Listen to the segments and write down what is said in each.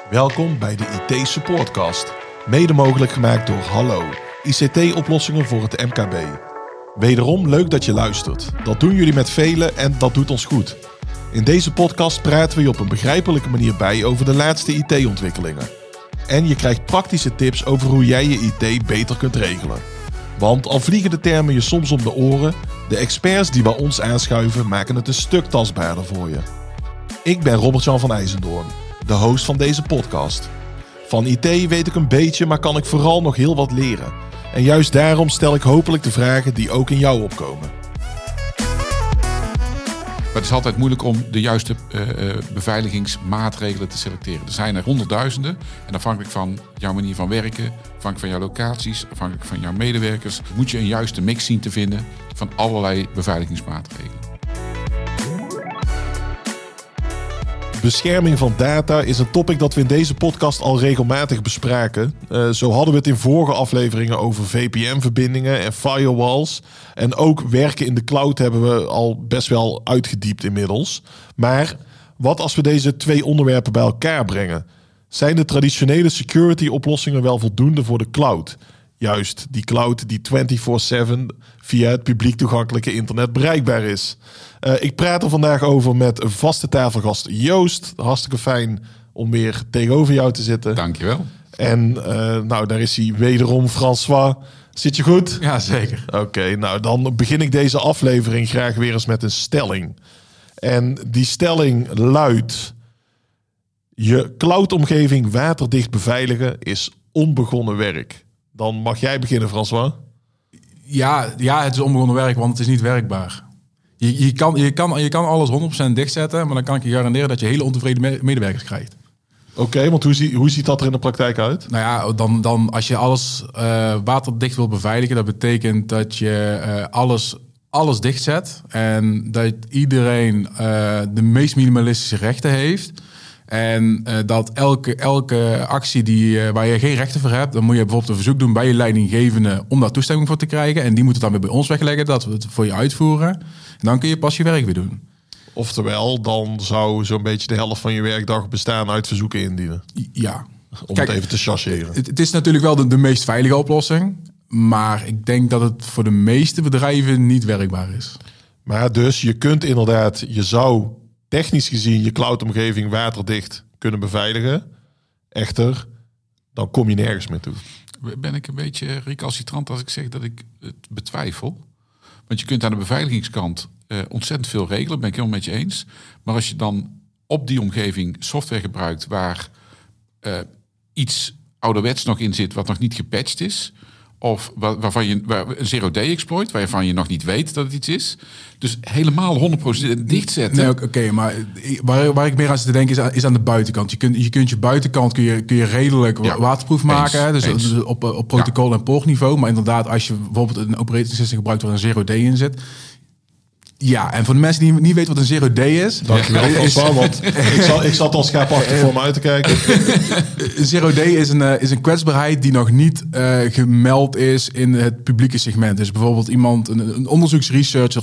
Welkom bij de IT Supportcast, mede mogelijk gemaakt door Hallo, ICT-oplossingen voor het MKB. Wederom leuk dat je luistert. Dat doen jullie met velen en dat doet ons goed. In deze podcast praten we je op een begrijpelijke manier bij over de laatste IT-ontwikkelingen. En je krijgt praktische tips over hoe jij je IT beter kunt regelen. Want al vliegen de termen je soms om de oren, de experts die bij ons aanschuiven maken het een stuk tastbaarder voor je. Ik ben Robert-Jan van IJzendoorn, de host van deze podcast. Van IT weet ik een beetje, maar kan ik vooral nog heel wat leren. En juist daarom stel ik hopelijk de vragen die ook in jou opkomen. Maar het is altijd moeilijk om de juiste beveiligingsmaatregelen te selecteren. Er zijn er honderdduizenden en afhankelijk van jouw manier van werken, afhankelijk van jouw locaties, afhankelijk van jouw medewerkers, moet je een juiste mix zien te vinden van allerlei beveiligingsmaatregelen. Bescherming van data is een topic dat we in deze podcast al regelmatig bespraken. Zo hadden we het in vorige afleveringen over VPN-verbindingen en firewalls. En ook werken in de cloud hebben we al best wel uitgediept inmiddels. Maar wat als we deze twee onderwerpen bij elkaar brengen? Zijn de traditionele security-oplossingen wel voldoende voor de cloud? Juist, die cloud die 24/7 via het publiek toegankelijke internet bereikbaar is. Ik praat er vandaag over met een vaste tafelgast Joost. Hartstikke fijn om weer tegenover jou te zitten. Dankjewel. En daar is hij wederom, François. Zit je goed? Ja, zeker. Oké, dan begin ik deze aflevering graag weer eens met een stelling. En die stelling luidt: je cloudomgeving waterdicht beveiligen is onbegonnen werk. Dan mag jij beginnen, François. Ja, het is onbegonnen werk, want het is niet werkbaar. Je kan alles 100% dichtzetten, maar dan kan ik je garanderen dat je hele ontevreden medewerkers krijgt. Oké, want hoe ziet dat er in de praktijk uit? Nou ja, dan als je alles waterdicht wil beveiligen, dat betekent dat je alles dichtzet en dat iedereen de meest minimalistische rechten heeft. En dat elke actie waar je geen rechten voor hebt, dan moet je bijvoorbeeld een verzoek doen bij je leidinggevende om daar toestemming voor te krijgen. En die moet het dan weer bij ons wegleggen, dat we het voor je uitvoeren. En dan kun je pas je werk weer doen. Oftewel, dan zou zo'n beetje de helft van je werkdag bestaan uit verzoeken indienen. Ja. Om het even te chargeren. Het is natuurlijk wel de meest veilige oplossing. Maar ik denk dat het voor de meeste bedrijven niet werkbaar is. Maar dus, je zou technisch gezien je cloudomgeving waterdicht kunnen beveiligen. Echter, dan kom je nergens meer toe. Ben ik een beetje recalcitrant als ik zeg dat ik het betwijfel? Want je kunt aan de beveiligingskant ontzettend veel regelen, ben ik helemaal met je eens. Maar als je dan op die omgeving software gebruikt waar iets ouderwets nog in zit wat nog niet gepatcht is, of waarvan je een zero-day-exploit, waarvan je nog niet weet dat het iets is. Dus helemaal 100% dichtzetten. Nee, oké, maar waar ik meer aan zit te denken is aan de buitenkant. Je kunt je buitenkant kun je redelijk waterproof maken. Hè? Dus op protocol en poortniveau. Maar inderdaad, als je bijvoorbeeld een operating system gebruikt waar een zero-day in zit. Ja, en voor de mensen die niet weten wat een zero-day is. Dankjewel, François, want ik zat al schaapachtig voor me uit te kijken. Zero-day is een kwetsbaarheid die nog niet gemeld is in het publieke segment. Dus bijvoorbeeld een onderzoeksresearcher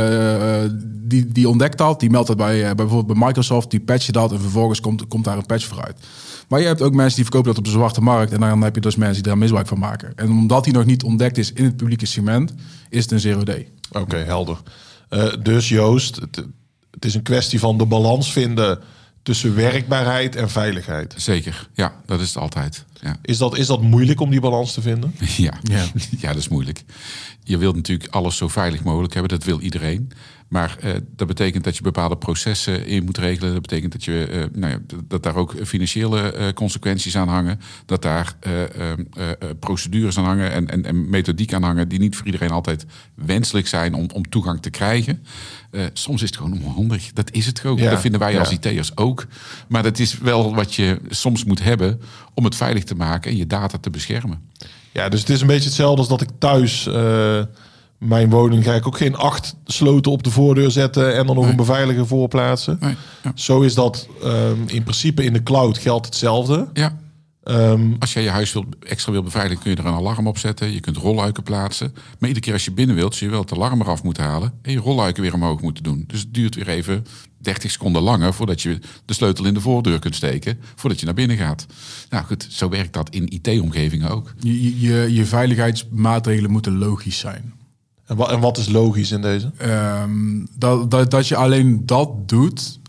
die ontdekt dat. Die meldt dat bij bijvoorbeeld bij Microsoft. Die patchen dat en vervolgens komt daar een patch voor uit. Maar je hebt ook mensen die verkopen dat op de zwarte markt. En dan heb je dus mensen die daar misbruik van maken. En omdat die nog niet ontdekt is in het publieke segment, is het een zero-day. Oké, helder. Dus Joost, het is een kwestie van de balans vinden tussen werkbaarheid en veiligheid. Zeker, ja, dat is het altijd. Ja. Is dat moeilijk om die balans te vinden? Ja, dat is moeilijk. Je wilt natuurlijk alles zo veilig mogelijk hebben, dat wil iedereen. Maar dat betekent dat je bepaalde processen in moet regelen. Dat betekent dat dat daar ook financiële consequenties aan hangen. Dat daar procedures aan hangen en methodiek aan hangen die niet voor iedereen altijd wenselijk zijn om toegang te krijgen. Soms is het gewoon onhandig. Dat is het gewoon. Ja, dat vinden wij als IT'ers ook. Maar dat is wel wat je soms moet hebben om het veilig te maken en je data te beschermen. Ja, dus het is een beetje hetzelfde als dat ik thuis mijn woning ga ik ook geen 8 sloten op de voordeur zetten en dan nog een beveiliger voor plaatsen. Nee, ja. Zo is dat in principe in de cloud geldt hetzelfde. Ja. Als jij je huis extra wil beveiligen, kun je er een alarm op zetten. Je kunt rolluiken plaatsen. Maar iedere keer als je binnen wilt, zul je wel het alarm eraf moeten halen. En je rolluiken weer omhoog moeten doen. Dus het duurt weer even 30 seconden langer voordat je de sleutel in de voordeur kunt steken. Voordat je naar binnen gaat. Nou goed, zo werkt dat in IT-omgevingen ook. Je veiligheidsmaatregelen moeten logisch zijn. En wat is logisch in deze? Dat je alleen dat doet.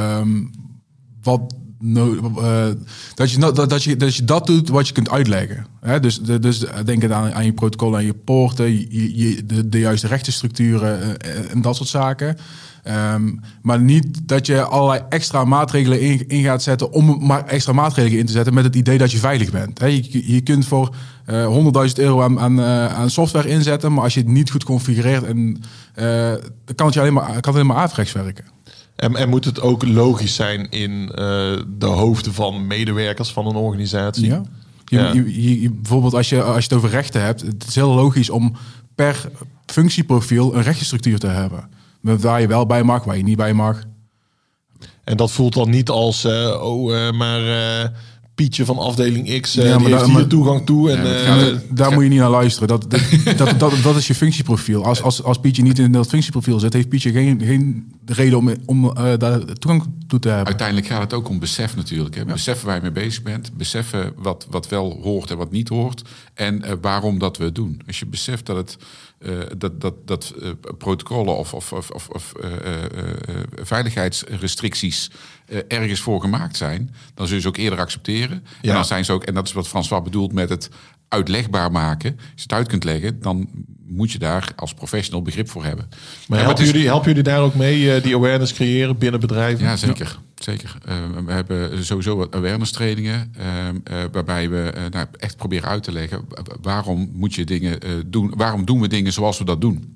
Dat je dat doet wat je kunt uitleggen. Hè? Dus denk aan je protocol, aan je poorten, de juiste rechtenstructuren en dat soort zaken. Maar niet dat je allerlei extra maatregelen in gaat zetten om maar extra maatregelen in te zetten met het idee dat je veilig bent. Hè? Je kunt voor €100.000 aan software inzetten, maar als je het niet goed configureert, kan het alleen maar averechts werken. En moet het ook logisch zijn in de hoofden van medewerkers van een organisatie? Ja. Bijvoorbeeld als je het over rechten hebt, het is heel logisch om per functieprofiel een rechtenstructuur te hebben. Waar je wel bij mag, waar je niet bij mag. En dat voelt dan niet als, Pietje van afdeling X, die heeft hier toegang toe. Daar moet je niet naar luisteren. Dat is je functieprofiel. Als Pietje niet in dat functieprofiel zit, heeft Pietje geen reden om daar toegang toe te hebben. Uiteindelijk gaat het ook om besef natuurlijk. Hè? Ja. Beseffen waar je mee bezig bent. Beseffen wat wel hoort en wat niet hoort. En waarom dat we het doen. Als je beseft dat het protocollen of veiligheidsrestricties ergens voor gemaakt zijn, dan zul je ze ook eerder accepteren. Ja. En dan zijn ze ook, en dat is wat François bedoelt met het uitlegbaar maken. Als je het uit kunt leggen, dan moet je daar als professional begrip voor hebben. Maar helpen jullie daar ook mee, die awareness creëren binnen bedrijven? Ja, zeker. Zeker. We hebben sowieso wat awareness trainingen, waarbij we echt proberen uit te leggen waarom moet je dingen doen, waarom doen we dingen zoals we dat doen.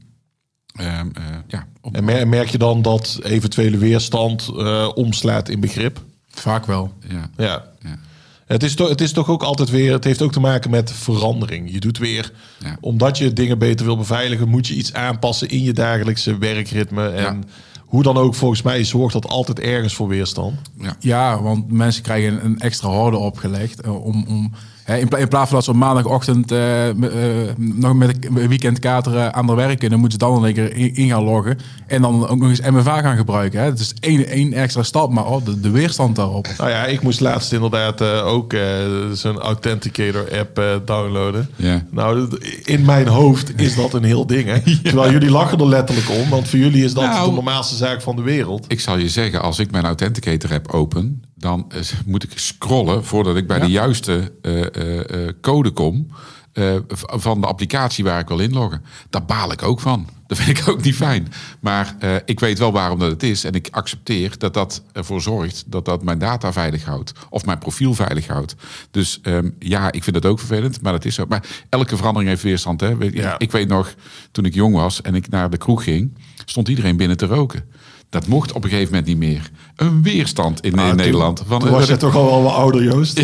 En merk je dan dat eventuele weerstand omslaat in begrip? Vaak wel. Ja. Het is toch ook altijd weer, het heeft ook te maken met verandering. Je doet weer, omdat je dingen beter wil beveiligen, moet je iets aanpassen in je dagelijkse werkritme. En hoe dan ook, volgens mij zorgt dat altijd ergens voor weerstand. Ja, want mensen krijgen een extra horde opgelegd om in plaats van dat ze op maandagochtend nog met een weekendkater aan de werken, dan moeten ze dan een keer in gaan loggen en dan ook nog eens MFA gaan gebruiken. Hè. Het is één extra stap, maar de weerstand daarop. Nou ja, ik moest laatst inderdaad ook zo'n Authenticator app downloaden. Yeah. Nou, in mijn hoofd is dat een heel ding. Hè? Ja. Terwijl jullie lachen er letterlijk om, want voor jullie is dat de normaalste zaak van de wereld. Ik zal je zeggen, als ik mijn Authenticator app open, dan moet ik scrollen voordat ik bij de juiste code kom van de applicatie waar ik wil inloggen. Daar baal ik ook van. Dat vind ik ook niet fijn. Maar ik weet wel waarom dat het is. En ik accepteer dat ervoor zorgt dat mijn data veilig houdt. Of mijn profiel veilig houdt. Dus ik vind het ook vervelend. Maar dat is zo. Maar elke verandering heeft weerstand. Hè? Ja. Ik weet nog, toen ik jong was en ik naar de kroeg ging, stond iedereen binnen te roken. Dat mocht op een gegeven moment niet meer. Een weerstand in Nederland. Toen was je toch al wel wat ouder, Joost?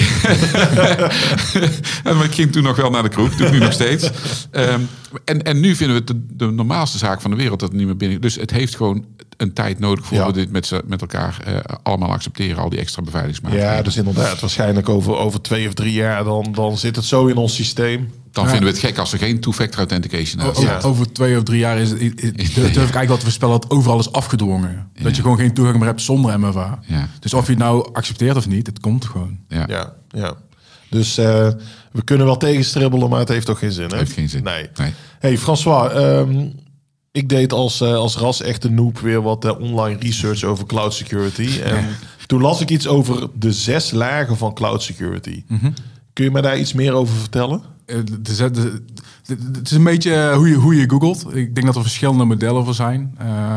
Maar ik ging toen nog wel naar de kroeg. Doe ik nu nog steeds. En nu vinden we het de normaalste zaak van de wereld dat het niet meer binnen. Dus het heeft gewoon een tijd nodig voor we dit met elkaar allemaal accepteren. Al die extra beveiligingsmaatregelen. Ja, dus inderdaad. Waarschijnlijk over 2 of 3 jaar dan zit het zo in ons systeem. Dan vinden we het gek als we geen two-factor authentication hebben. Over 2 of 3 jaar durf ik eigenlijk wel te voorspellen dat overal is afgedwongen. Ja. Dat je gewoon geen toegang meer hebt zonder MFA. Ja. Dus of je het nou accepteert of niet, het komt gewoon. Ja. Dus we kunnen wel tegenstribbelen, maar het heeft toch geen zin, hè? Het heeft geen zin. Nee. Hey, François, ik deed als ras echte noob weer wat online research over cloud security. En toen las ik iets over de 6 lagen van cloud security. Mm-hmm. Kun je me daar iets meer over vertellen? Het is een beetje hoe je googelt. Ik denk dat er verschillende modellen voor zijn.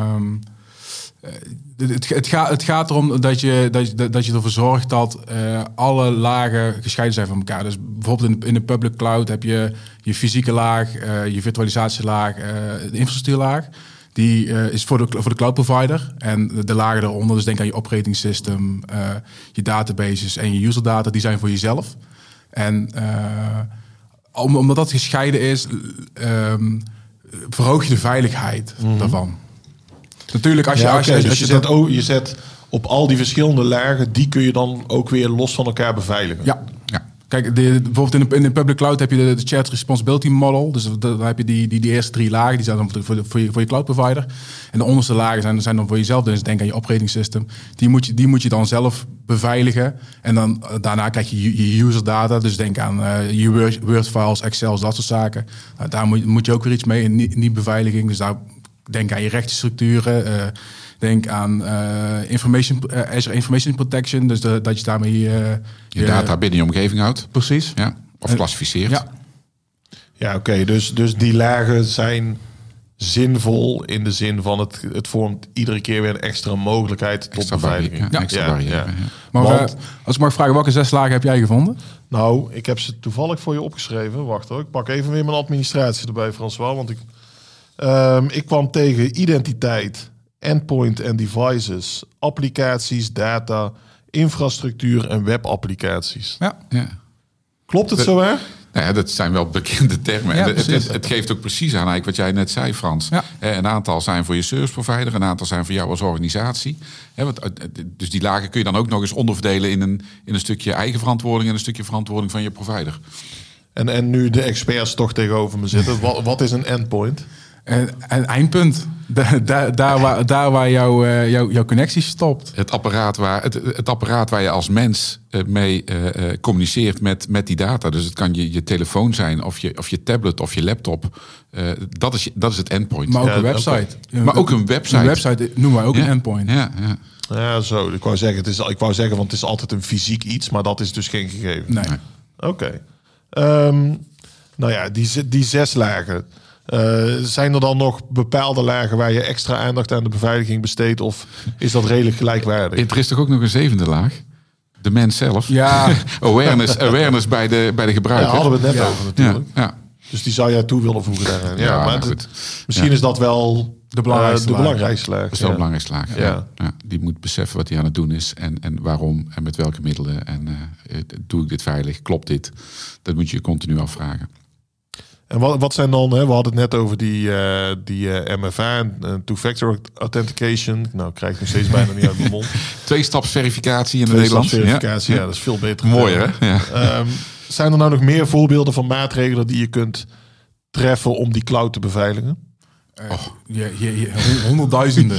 Het gaat erom dat je ervoor zorgt dat alle lagen gescheiden zijn van elkaar. Dus bijvoorbeeld in de public cloud heb je je fysieke laag, je virtualisatielaag, de infrastructuurlaag. Die is voor de cloud provider. En de lagen daaronder, dus denk aan je operating system, je databases en je user data, die zijn voor jezelf. En omdat dat gescheiden is, verhoog je de veiligheid daarvan. Natuurlijk, als je zet op al die verschillende lagen, die kun je dan ook weer los van elkaar beveiligen. Ja. Kijk, bijvoorbeeld in de public cloud heb je de shared responsibility model. Dus dan heb je die eerste 3 lagen, die zijn dan voor je cloud provider. En de onderste lagen zijn dan voor jezelf. Dus denk aan je operating system. Die moet je dan zelf beveiligen. En dan daarna krijg je je user data. Dus denk aan je Word files, Excel, dat soort zaken. Daar moet je ook weer iets mee in niet beveiliging. Dus daar denk aan je rechtenstructuren. Denk aan Azure Information Protection. Dus dat je daarmee je data binnen je omgeving houdt. Precies. Ja. Of klassificeert. Ja, oké. Dus die lagen zijn zinvol in de zin van het vormt iedere keer weer een extra mogelijkheid tot beveiliging. Extra barrière. Ja. Maar als ik mag vragen, welke 6 lagen heb jij gevonden? Nou, ik heb ze toevallig voor je opgeschreven. Wacht hoor, ik pak even weer mijn administratie erbij, François. Want ik kwam tegen identiteit, endpoint en devices, applicaties, data, infrastructuur en webapplicaties. Ja. Klopt het zo hè? Nou ja, dat zijn wel bekende termen. Ja, het geeft ook precies aan eigenlijk wat jij net zei, Frans. Ja. Een aantal zijn voor je service provider, een aantal zijn voor jou als organisatie. Dus die lagen kun je dan ook nog eens onderverdelen in een stukje eigen verantwoording en een stukje verantwoording van je provider. En nu de experts toch tegenover me zitten. Wat is een endpoint? Een eindpunt. Daar waar jouw connectie stopt. Het apparaat waar je als mens mee communiceert met die data. Dus het kan je telefoon zijn of je tablet of je laptop. Dat is het endpoint. Maar ook een website. Maar ook een website. Een website noemen wij ook een endpoint. Ja. Zo. Ik wou zeggen, want het is altijd een fysiek iets, maar dat is dus geen gegeven. Nee. Oké. Nou ja, die 6 lagen. Zijn er dan nog bepaalde lagen waar je extra aandacht aan de beveiliging besteedt? Of is dat redelijk gelijkwaardig? Er is toch ook nog een 7e laag? De mens zelf. Ja. awareness bij de gebruiker. Ja, hadden we het net over natuurlijk. Ja. Dus die zou jij toe willen voegen daaraan. Ja, maar goed. misschien is dat wel de belangrijkste laag. Dat is wel de belangrijkste laag. Ja. Die moet beseffen wat hij aan het doen is en waarom en met welke middelen. En doe ik dit veilig? Klopt dit? Dat moet je continu afvragen. En wat zijn dan, we hadden het net over die MFA, two-factor authentication. Nou, krijg ik nog steeds bijna niet uit mijn mond. 2-stapsverificatie in het Nederlands. Verificatie, ja, dat is veel beter. Mooi hè? Ja. Zijn er nou nog meer voorbeelden van maatregelen die je kunt treffen om die cloud te beveiligen? Honderdduizenden.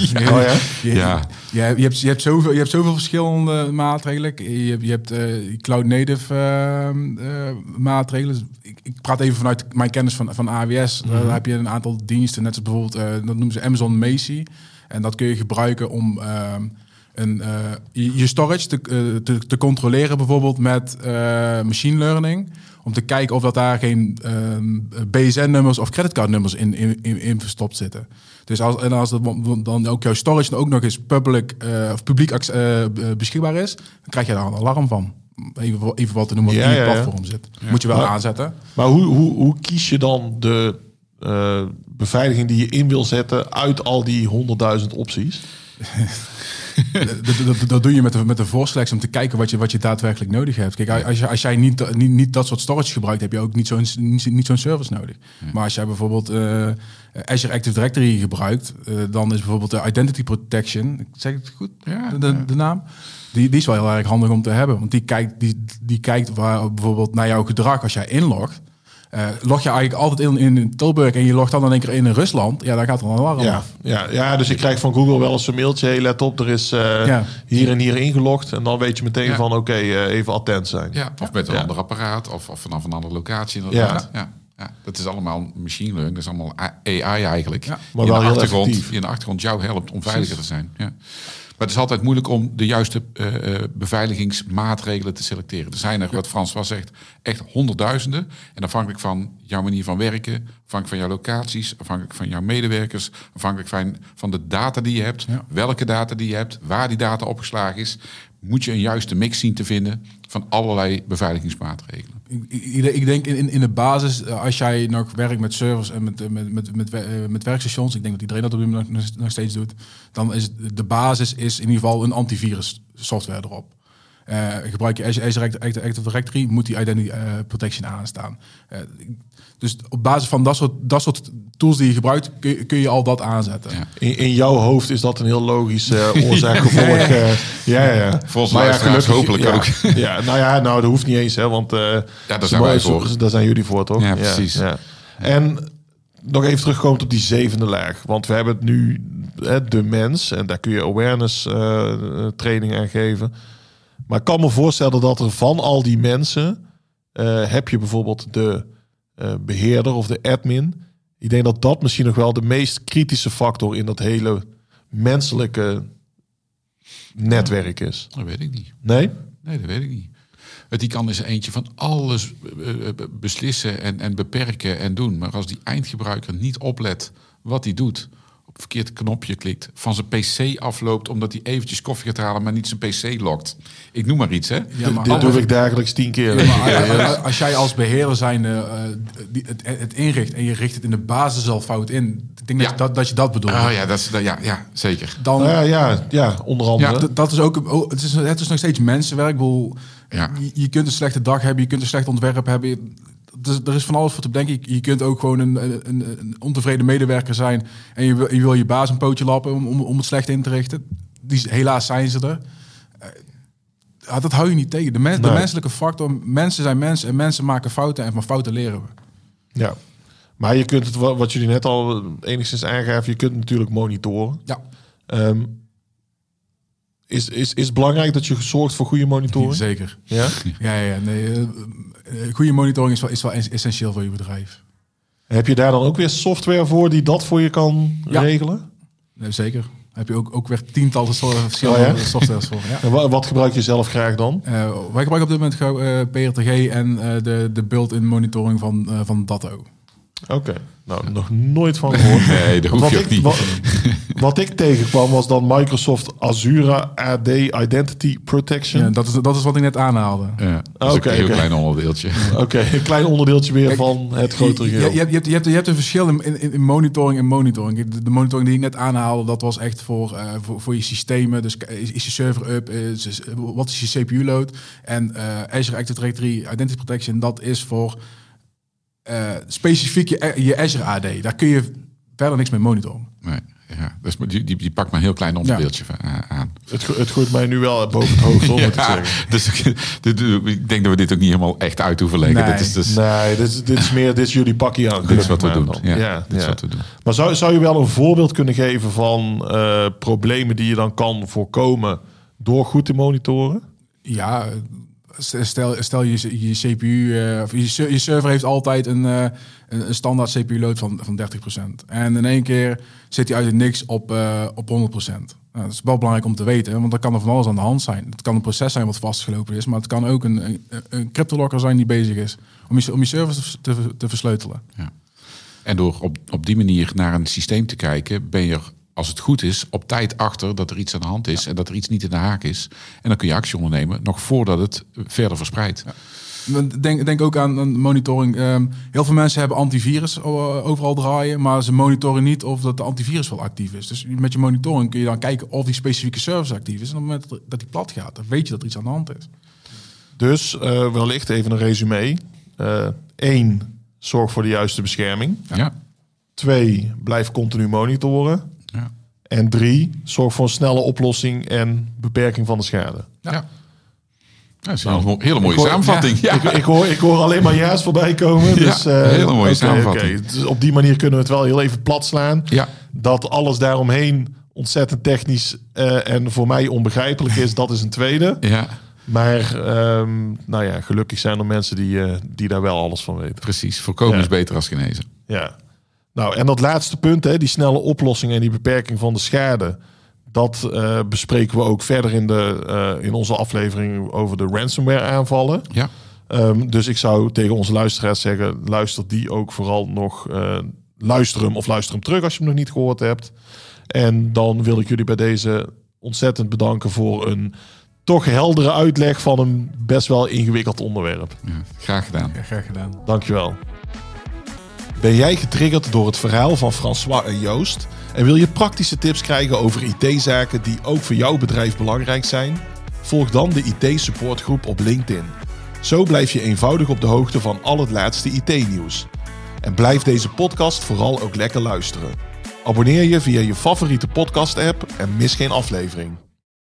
Je hebt zoveel verschillende maatregelen. Je hebt cloud native maatregelen. Ik praat even vanuit mijn kennis van AWS. Daar heb je een aantal diensten, net als bijvoorbeeld, dat noemen ze Amazon Macie. En dat kun je gebruiken om je storage te controleren, bijvoorbeeld met machine learning. Om te kijken of dat daar geen BSN-nummers of creditcardnummers in verstopt zitten. Dus als dan ook jouw storage ook nog eens publiek beschikbaar is, dan krijg je daar een alarm van. Even wat te noemen wat in je platform zit. Ja. Moet je wel aanzetten. Maar hoe kies je dan de beveiliging die je in wil zetten uit al die 100.000 opties? Dat doe je met de voorselectie om te kijken wat je daadwerkelijk nodig hebt. Kijk, als jij niet dat soort storage gebruikt, heb je ook niet zo'n service nodig. Ja. Maar als jij bijvoorbeeld Azure Active Directory gebruikt, dan is bijvoorbeeld de Identity Protection, ik zeg het goed, de naam, die is wel heel erg handig om te hebben. Want die kijkt bijvoorbeeld naar jouw gedrag als jij inlogt. Log je eigenlijk altijd in Tilburg en je logt dan in één keer in Rusland, ja, dan gaat er een alarm af. Ja, dus ik krijg van Google wel eens een mailtje, hey, let op, er is hier en hier ingelogd. En dan weet je meteen van, oké, even attent zijn. Ja, of met een ander apparaat, of vanaf een andere locatie inderdaad. Ja, dat is allemaal machine learning, dat is allemaal AI eigenlijk. Ja. Maar wel heel effectief. Die in de achtergrond jou helpt om veiliger te zijn. Ja. Maar het is altijd moeilijk om de juiste beveiligingsmaatregelen te selecteren. Er zijn er, wat François zegt, echt honderdduizenden. En afhankelijk van jouw manier van werken, afhankelijk van jouw locaties, afhankelijk van jouw medewerkers, afhankelijk van de data die je hebt, welke data die je hebt, waar die data opgeslagen is, moet je een juiste mix zien te vinden van allerlei beveiligingsmaatregelen. Ik denk in de basis, als jij nog werkt met servers en met werkstations, ik denk dat iedereen dat op dit moment nog steeds doet, dan is de basis in ieder geval een antivirus software erop. Gebruik je Azure Active Directory, moet die Identity Protection aanstaan. Dus op basis van dat soort tools die je gebruikt, kun je al dat aanzetten. Ja. In jouw hoofd is dat een heel logische oorzaak-gevolg. Ja. Volgens luisteraars hopelijk ook. Ja, dat hoeft niet eens, hè, want daar zijn wij voor. Daar zijn jullie voor, toch? Ja, precies. Ja. En nog even terugkomen op die 7e laag. Want we hebben het nu, de mens, en daar kun je awareness training aan geven. Maar ik kan me voorstellen dat er van al die mensen, heb je bijvoorbeeld de beheerder of de admin. Ik denk dat dat misschien nog wel de meest kritische factor in dat hele menselijke netwerk is. Dat weet ik niet. Nee? Nee, dat weet ik niet. Die kan dus eentje van alles beslissen en beperken en doen. Maar als die eindgebruiker niet oplet wat hij doet, op het verkeerde knopje klikt, van zijn PC afloopt omdat hij eventjes koffie gaat halen, maar niet zijn PC lokt. Ik noem maar iets, hè? Ja, maar Dit doe ik dagelijks 10 keer. Ja, maar als jij als beheerder zijnde het inricht en je richt het in de basis al fout in, ik denk dat je dat bedoelt. Oh ja, zeker. Dan, onder andere. Ja, dat is ook. Het is nog steeds mensenwerk. Ik bedoel, je kunt een slechte dag hebben, je kunt een slecht ontwerp hebben. Er is van alles voor te bedenken. Je kunt ook gewoon een ontevreden medewerker zijn en je wil je baas een pootje lappen om het slecht in te richten. Helaas zijn ze er. Dat hou je niet tegen. De menselijke factor. Mensen zijn mensen en mensen maken fouten en van fouten leren we. Ja, maar je kunt het, wat jullie net al enigszins aangaven, je kunt het natuurlijk monitoren. Ja. Is het belangrijk dat je zorgt voor goede monitoring? Zeker. Ja? Ja. Nee, goede monitoring is wel essentieel voor je bedrijf. Heb je daar dan ook weer software voor die dat voor je kan regelen? Nee, zeker. Heb je ook weer tientallen verschillende softwares voor. Ja. En wat gebruik je zelf graag dan? Wij gebruiken op dit moment PRTG en de built-in monitoring van Datto. Oké. Nou, nog nooit van gehoord. Nee, dat hoef je ook niet. Wat ik tegenkwam was dan Microsoft Azure AD Identity Protection. Ja, dat is wat ik net aanhaalde. Ja, dat is een heel klein onderdeeltje. Oké, een klein onderdeeltje weer van het grotere geheel. Je hebt een verschil in monitoring en monitoring. De monitoring die ik net aanhaalde, dat was echt voor je systemen. Dus is je server up? Wat is je CPU-load? En Azure Active Directory Identity Protection, dat is voor specifiek je Azure AD. Daar kun je verder niks mee monitoren. Nee, ja. Dus die pakt maar een heel klein onderdeeltje aan. Het gooit mij nu wel boven het hoofd, moet ik zeggen. Dus ik denk dat we dit ook niet helemaal echt uit hoeven leggen. Nee, dit is jullie pakje aan. Dit is wat we doen. Dit is wat we doen. Maar zou je wel een voorbeeld kunnen geven van problemen die je dan kan voorkomen door goed te monitoren? Ja, stel je CPU, je server heeft altijd een standaard CPU-load van 30%. En in één keer zit hij uit het niks op 100%. Nou, dat is wel belangrijk om te weten, want er kan er van alles aan de hand zijn. Het kan een proces zijn wat vastgelopen is, maar het kan ook een cryptolocker zijn die bezig is om je servers te versleutelen. Ja. En door op die manier naar een systeem te kijken, ben je, als het goed is, op tijd achter dat er iets aan de hand is en dat er iets niet in de haak is. En dan kun je actie ondernemen, nog voordat het verder verspreidt. Ja. Denk ook aan monitoring. Heel veel mensen hebben antivirus overal draaien, maar ze monitoren niet of dat de antivirus wel actief is. Dus met je monitoring kun je dan kijken of die specifieke service actief is. En op het moment dat die plat gaat, dan weet je dat er iets aan de hand is. Dus wellicht even een resume. 1, zorg voor de juiste bescherming. Ja. 2, blijf continu monitoren. Ja. En 3, zorg voor een snelle oplossing en beperking van de schade. Ja. Dat is een hele mooie samenvatting. Ja. Ik hoor alleen maar ja's voorbij komen. Dus, een hele mooie samenvatting. Okay. Dus op die manier kunnen we het wel heel even plat slaan. Ja. Dat alles daaromheen ontzettend technisch en voor mij onbegrijpelijk is, dat is een tweede. Ja. Maar gelukkig zijn er mensen die daar wel alles van weten. Precies, voorkomen is beter als genezen. Ja. Nou, en dat laatste punt, die snelle oplossing en die beperking van de schade, dat bespreken we ook verder in onze aflevering over de ransomware aanvallen. Ja. Dus ik zou tegen onze luisteraars zeggen, luister die ook vooral nog, luister hem terug als je hem nog niet gehoord hebt. En dan wil ik jullie bij deze ontzettend bedanken voor een toch heldere uitleg van een best wel ingewikkeld onderwerp. Ja, graag gedaan. Ja, graag gedaan. Dankjewel. Ben jij getriggerd door het verhaal van François en Joost en wil je praktische tips krijgen over IT-zaken die ook voor jouw bedrijf belangrijk zijn? Volg dan de IT-supportgroep op LinkedIn. Zo blijf je eenvoudig op de hoogte van al het laatste IT-nieuws. En blijf deze podcast vooral ook lekker luisteren. Abonneer je via je favoriete podcast-app en mis geen aflevering.